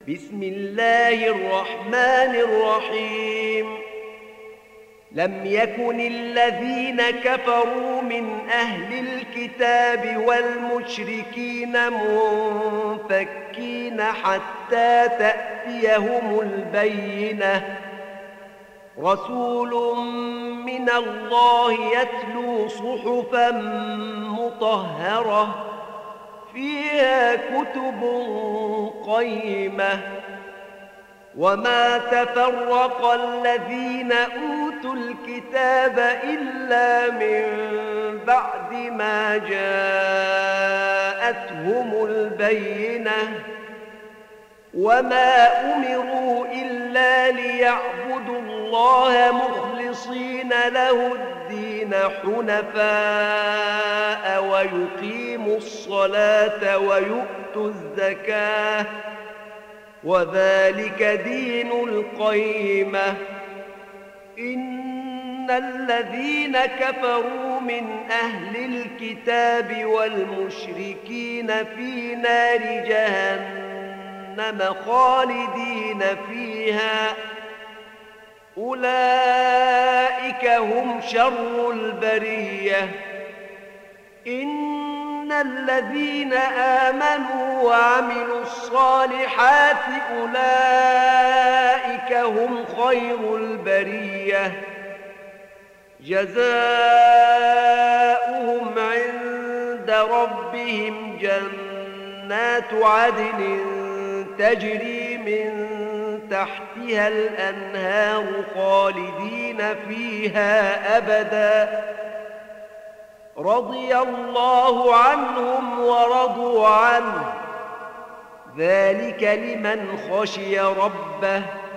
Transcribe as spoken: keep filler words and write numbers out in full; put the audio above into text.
بسم الله الرحمن الرحيم لم يكن الذين كفروا من أهل الكتاب والمشركين منفكين حتى تأتيهم البينة رسول من الله يتلو صحفا مطهرة فيها كتب قيمة وما تفرق الذين أوتوا الكتاب إلا من بعد ما جاءتهم البينة وما أمروا إلا ليعبدوا الله مخلصين له الدين حنفاء ويقيموا الصلاة ويؤتوا الزكاة وذلك دين القيمة إن الذين كفروا من أهل الكتاب والمشركين في نار جهنم خالدين فيها أولئك هم شر البرية إن الذين آمنوا وعملوا الصالحات أولئك هم خير البرية جزاؤهم عند ربهم جنات عدن تجري من تحتها الأنهار خالدين فيها أبدا رضي الله عنهم ورضوا عنه ذلك لمن خشي ربه